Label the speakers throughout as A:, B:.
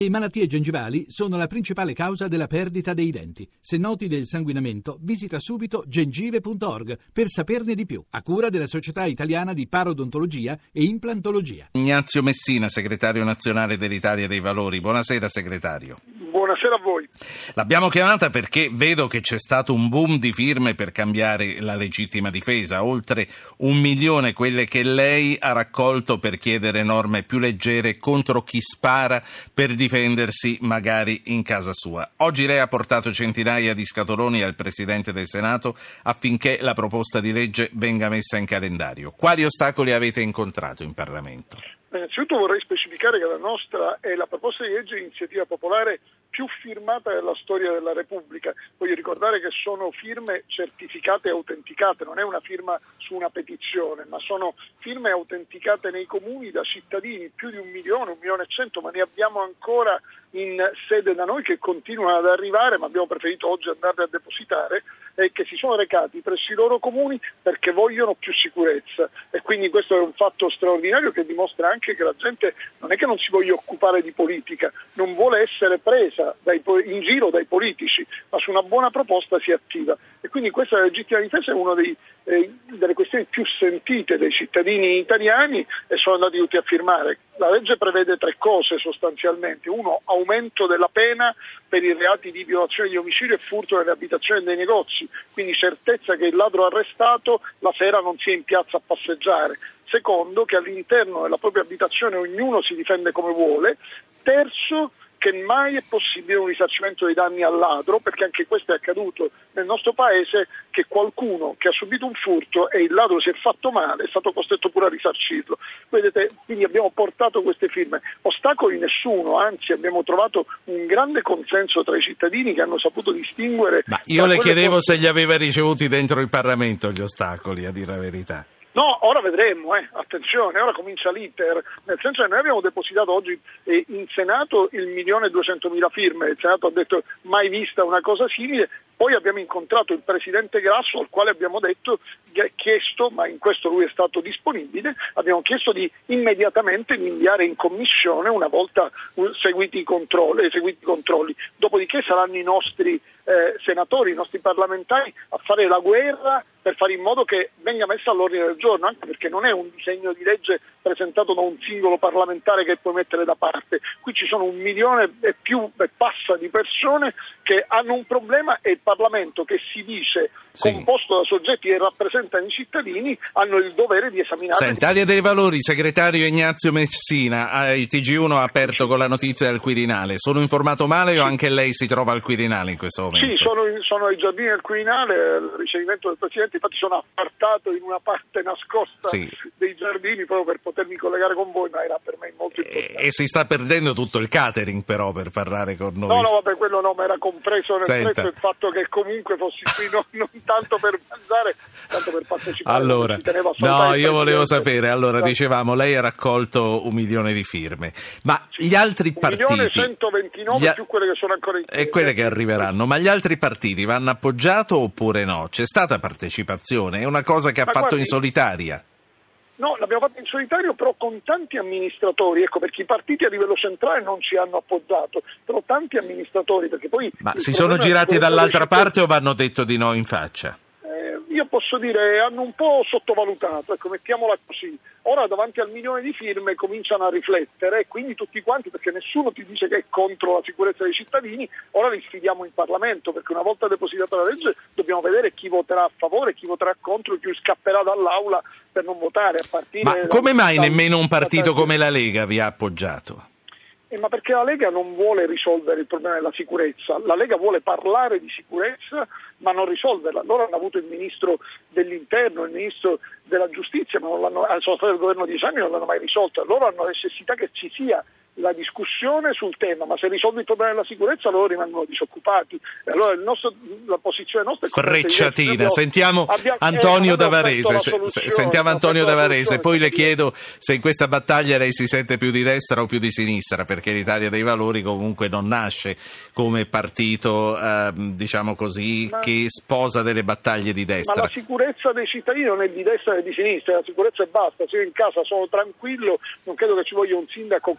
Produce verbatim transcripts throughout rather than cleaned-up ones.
A: Le malattie gengivali sono la principale causa della perdita dei denti. Se noti del sanguinamento, visita subito gengive punto org per saperne di più, a cura della Società Italiana di Parodontologia e Implantologia.
B: Ignazio Messina, segretario nazionale dell'Italia dei Valori. Buonasera, segretario.
C: Buonasera a voi.
B: L'abbiamo chiamata perché vedo che c'è stato un boom di firme per cambiare la legittima difesa, oltre un milione quelle che lei ha raccolto per chiedere norme più leggere contro chi spara per difendersi magari in casa sua. Oggi lei ha portato centinaia di scatoloni al Presidente del Senato affinché la proposta di legge venga messa in calendario. Quali ostacoli avete incontrato in Parlamento?
C: Innanzitutto vorrei specificare che la nostra è la proposta di legge di iniziativa popolare più firmata della storia della Repubblica. Voglio ricordare che sono firme certificate e autenticate, non è una firma su una petizione, ma sono firme autenticate nei comuni da cittadini, più di un milione, un milione e cento, ma ne abbiamo ancora in sede da noi che continuano ad arrivare, ma abbiamo preferito oggi andarle a depositare, e che si sono recati presso i loro comuni perché vogliono più sicurezza. E quindi questo è un fatto straordinario che dimostra anche che la gente non è che non si voglia occupare di politica, non vuole essere presa dai, in giro dai politici, ma su una buona proposta si attiva. E quindi questa legittima difesa è una dei, eh, delle questioni più sentite dai cittadini italiani e sono andati tutti a firmare. La legge prevede tre cose sostanzialmente: uno, aumento della pena per i reati di violazione di omicidio e furto nelle abitazioni dei negozi, quindi certezza che il ladro arrestato la sera non sia in piazza a passeggiare. Secondo, che all'interno della propria abitazione ognuno si difende come vuole. Terzo, che mai è possibile un risarcimento dei danni al ladro, perché anche questo è accaduto nel nostro paese, che qualcuno che ha subito un furto e il ladro si è fatto male è stato costretto pure a risarcirlo. Vedete, quindi abbiamo portato queste firme. Ostacoli nessuno, anzi abbiamo trovato un grande consenso tra i cittadini che hanno saputo distinguere.
B: Ma io le chiedevo
C: cose...
B: se li aveva ricevuti dentro il Parlamento gli ostacoli, a dire la verità.
C: No, ora vedremo, eh. attenzione, ora comincia l'iter, nel senso che noi abbiamo depositato oggi eh, in Senato il milione e duecentomila firme, il Senato ha detto mai vista una cosa simile. Poi abbiamo incontrato il Presidente Grasso, al quale abbiamo detto, chiesto, ma in questo lui è stato disponibile, abbiamo chiesto di immediatamente di inviare in commissione una volta seguiti i controlli, eseguiti i controlli. Dopodiché saranno i nostri eh, senatori, i nostri parlamentari a fare la guerra per fare in modo che venga messa all'ordine del giorno, anche perché non è un disegno di legge presentato da un singolo parlamentare che puoi mettere da parte. Qui ci sono un milione e più e passa di persone che hanno un problema e il Parlamento, che si dice sì. composto da soggetti che rappresentano i cittadini, hanno il dovere di esaminare.
B: Italia dei Valori, segretario Ignazio Messina, il T G uno ha aperto con la notizia del Quirinale. Sono informato male o anche lei si trova al Quirinale in questo momento?
C: Sì, sono, sono ai giardini del Quirinale, il ricevimento del Presidente, infatti sono appartato in una parte nascosta sì. dei giardini proprio per potermi collegare con voi, ma era per me molto importante.
B: E, e si sta perdendo tutto il catering però per parlare con noi.
C: No, no, vabbè, quello no, ma era compreso nel
B: Senta.
C: prezzo il fatto che comunque fossi qui non, non tanto per mangiare, tanto per partecipare.
B: Allora, no, io volevo sapere, allora no. dicevamo, lei ha raccolto un milione di firme, ma sì. gli altri partiti...
C: Un milione e centoventinove
B: gli...
C: più quelle che sono ancora in
B: E quelle che arriveranno, ma gli altri partiti vanno appoggiato oppure no? C'è stata partecipazione? È una cosa che ha ma fatto guardi, in solitaria?
C: No, l'abbiamo fatto in solitario, però con tanti amministratori, ecco, perché i partiti a livello centrale non ci hanno appoggiato, però tanti amministratori, perché poi...
B: Ma si sono girati dall'altra parte o vanno detto di no in faccia?
C: Io posso dire, hanno un po' sottovalutato, ecco, mettiamola così. Ora davanti al milione di firme cominciano a riflettere e quindi tutti quanti, perché nessuno ti dice che è contro la sicurezza dei cittadini, ora li sfidiamo in Parlamento, perché una volta depositata la legge dobbiamo vedere chi voterà a favore, chi voterà contro, chi scapperà dall'aula per non votare. A partire
B: Ma come
C: da,
B: mai
C: da,
B: nemmeno un partito
C: da,
B: come la Lega vi ha appoggiato?
C: Eh, ma perché la Lega non vuole risolvere il problema della sicurezza, la Lega vuole parlare di sicurezza ma non risolverla. Loro hanno avuto il ministro dell'interno, il ministro della giustizia, ma non l'hanno, sono stati al governo dieci anni e non l'hanno mai risolta. Loro hanno necessità che ci sia la discussione sul tema, ma se risolvi il problema della sicurezza loro rimangono disoccupati. E allora il nostro, la posizione nostra è
B: Frecciatina.
C: Abbiamo,
B: sentiamo
C: abbiamo,
B: Antonio
C: eh,
B: da Varese. Sentiamo Antonio da Varese. Poi le chiedo se in questa battaglia lei si sente più di destra o più di sinistra, perché l'Italia dei Valori comunque non nasce come partito, eh, diciamo così, ma, che sposa delle battaglie di destra.
C: Ma la sicurezza dei cittadini non è di destra né di sinistra, la sicurezza e basta. Se io in casa sono tranquillo, non credo che ci voglia un sindaco comunista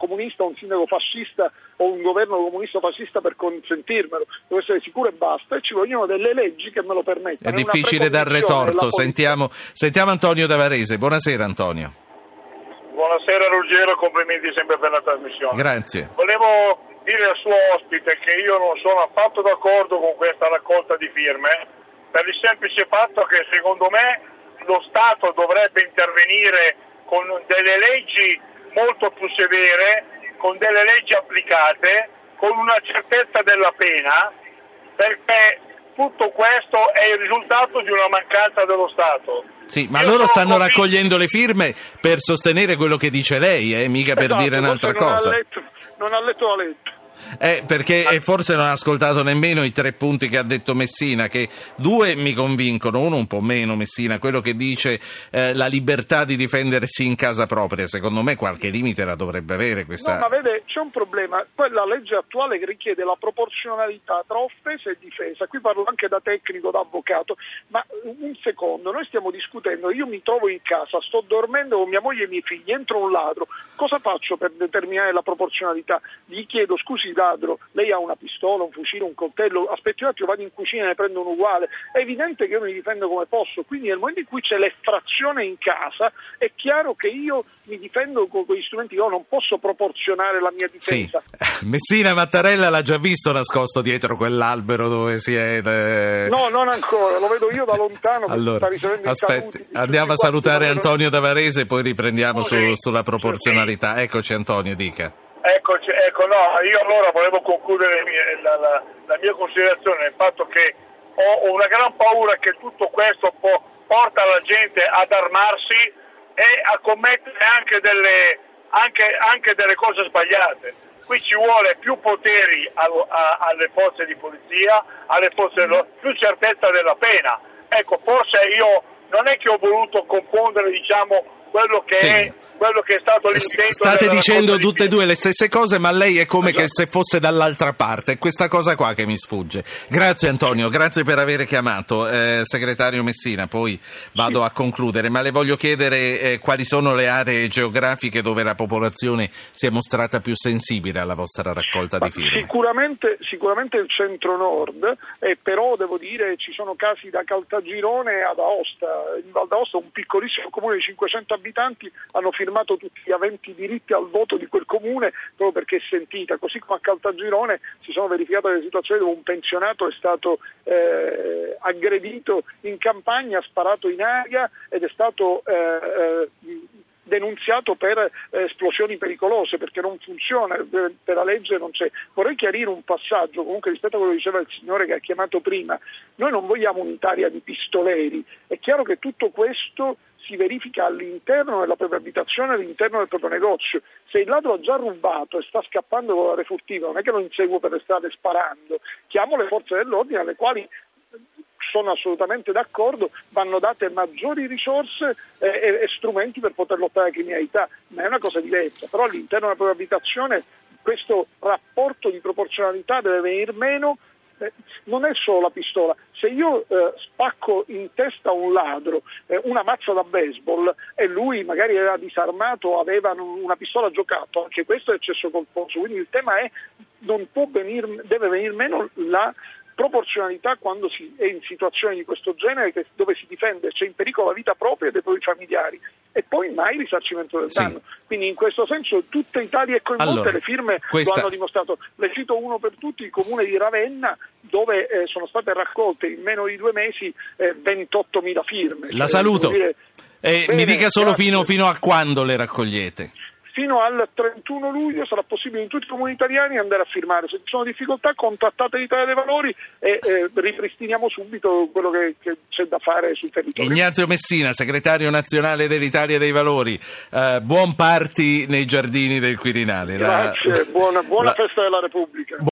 C: comunista, un sindaco fascista o un governo comunista fascista per consentirmelo, devo essere sicuro e basta, e ci vogliono delle leggi che me lo permettano.
B: È difficile darle torto. Sentiamo, sentiamo Antonio da Varese. Buonasera Antonio.
D: Buonasera Ruggero, complimenti sempre per la trasmissione.
B: Grazie.
D: Volevo dire al suo ospite che io non sono affatto d'accordo con questa raccolta di firme, per il semplice fatto che secondo me lo Stato dovrebbe intervenire con delle leggi molto più severe, con delle leggi applicate, con una certezza della pena, perché tutto questo è il risultato di una mancanza dello Stato.
B: Sì, ma
D: Io
B: loro stanno
D: convinto...
B: raccogliendo le firme per sostenere quello che dice lei, eh, mica per
C: esatto,
B: dire un'altra
C: non
B: cosa.
C: Ha letto, non ha letto la lettera.
B: Eh, perché eh, forse non ha ascoltato nemmeno i tre punti che ha detto Messina, che due mi convincono, uno un po' meno Messina, quello che dice eh, la libertà di difendersi in casa propria. Secondo me qualche limite la dovrebbe avere questa...
C: No, ma vede, c'è un problema, quella legge attuale che richiede la proporzionalità tra offesa e difesa, qui parlo anche da tecnico, da avvocato, ma un secondo, noi stiamo discutendo, io mi trovo in casa, sto dormendo con mia moglie e i miei figli, entra un ladro, cosa faccio per determinare la proporzionalità? Gli chiedo, scusi ladro, lei ha una pistola, un fucile, un coltello, aspetti un attimo, vado in cucina e ne prendo un uguale. È evidente che io mi difendo come posso, quindi nel momento in cui c'è l'effrazione in casa è chiaro che io mi difendo con quegli strumenti che ho, non posso proporzionare la mia difesa.
B: Sì. Messina Mattarella l'ha già visto nascosto dietro quell'albero dove siede?
C: No, non ancora, lo vedo io da lontano.
B: Allora, aspetti, andiamo a salutare Antonio da Varese e poi riprendiamo oh, su, sì. sulla proporzionalità. Eccoci Antonio, dica.
D: Eccoci, ecco, no, io allora volevo concludere la, la, la mia considerazione nel fatto che ho, ho una gran paura che tutto questo po- porta la gente ad armarsi e a commettere anche delle, anche, anche delle cose sbagliate. Qui ci vuole più poteri a, a, alle forze di polizia, alle forze, più certezza della pena. Ecco, forse io non è che ho voluto confondere, diciamo, quello che sì. è quello che è stato l'intento.
B: State dicendo tutte e due le stesse cose, ma lei è come esatto. che se fosse dall'altra parte. È questa cosa qua che mi sfugge. Grazie Antonio, grazie per aver chiamato. Eh, segretario Messina, poi vado sì. a concludere, ma le voglio chiedere eh, quali sono le aree geografiche dove la popolazione si è mostrata più sensibile alla vostra raccolta ma di firme.
C: Sicuramente, sicuramente il centro-nord, eh, però devo dire ci sono casi da Caltagirone ad Aosta. In Val d'Aosta, un piccolissimo comune di cinquecento abitanti, hanno firmato tutti gli aventi diritti al voto di quel comune proprio perché è sentita, così come a Caltagirone si sono verificate delle situazioni dove un pensionato è stato eh, aggredito in campagna, sparato in aria ed è stato eh, eh, denunziato per eh, esplosioni pericolose perché non funziona, per, per la legge non c'è. Vorrei chiarire un passaggio comunque rispetto a quello che diceva il signore che ha chiamato prima. Noi non vogliamo un'Italia di pistoleri, è chiaro che tutto questo si verifica all'interno della propria abitazione, all'interno del proprio negozio. Se il ladro ha già rubato e sta scappando con la refurtiva, non è che lo inseguo per le strade sparando, chiamo le forze dell'ordine alle quali sono assolutamente d'accordo, vanno date maggiori risorse e, e, e strumenti per poter lottare alla criminalità, ma è una cosa diversa. Però all'interno della propria abitazione questo rapporto di proporzionalità deve venir meno. Eh, non è solo la pistola, se io eh, spacco in testa a un ladro eh, una mazza da baseball e lui magari era disarmato, aveva una pistola a giocattolo, anche questo è eccesso colposo, quindi il tema è non può venir, deve venir meno la proporzionalità quando si è in situazioni di questo genere che, dove si difende, c'è in pericolo la vita propria e dei propri familiari e poi mai risarcimento del danno. Sì. Quindi in questo senso tutta Italia è coinvolta, allora, le firme questa... lo hanno dimostrato. Le cito uno per tutti, il comune di Ravenna dove eh, sono state raccolte in meno di due mesi eh, ventottomila firme.
B: La
C: cioè,
B: saluto.
C: Dire...
B: Eh,
C: Bene,
B: mi dica solo fino,
C: grazie.
B: fino a quando le raccogliete?
C: Fino al trentuno luglio sarà possibile in tutti i comuni italiani andare a firmare. Se ci sono difficoltà contattate l'Italia dei Valori e eh, ripristiniamo subito quello che, che c'è da fare sul territorio.
B: Ignazio Messina, segretario nazionale dell'Italia dei Valori, eh, buon party nei giardini del Quirinale.
C: Grazie,
B: la,
C: buona, buona
B: la,
C: festa della Repubblica.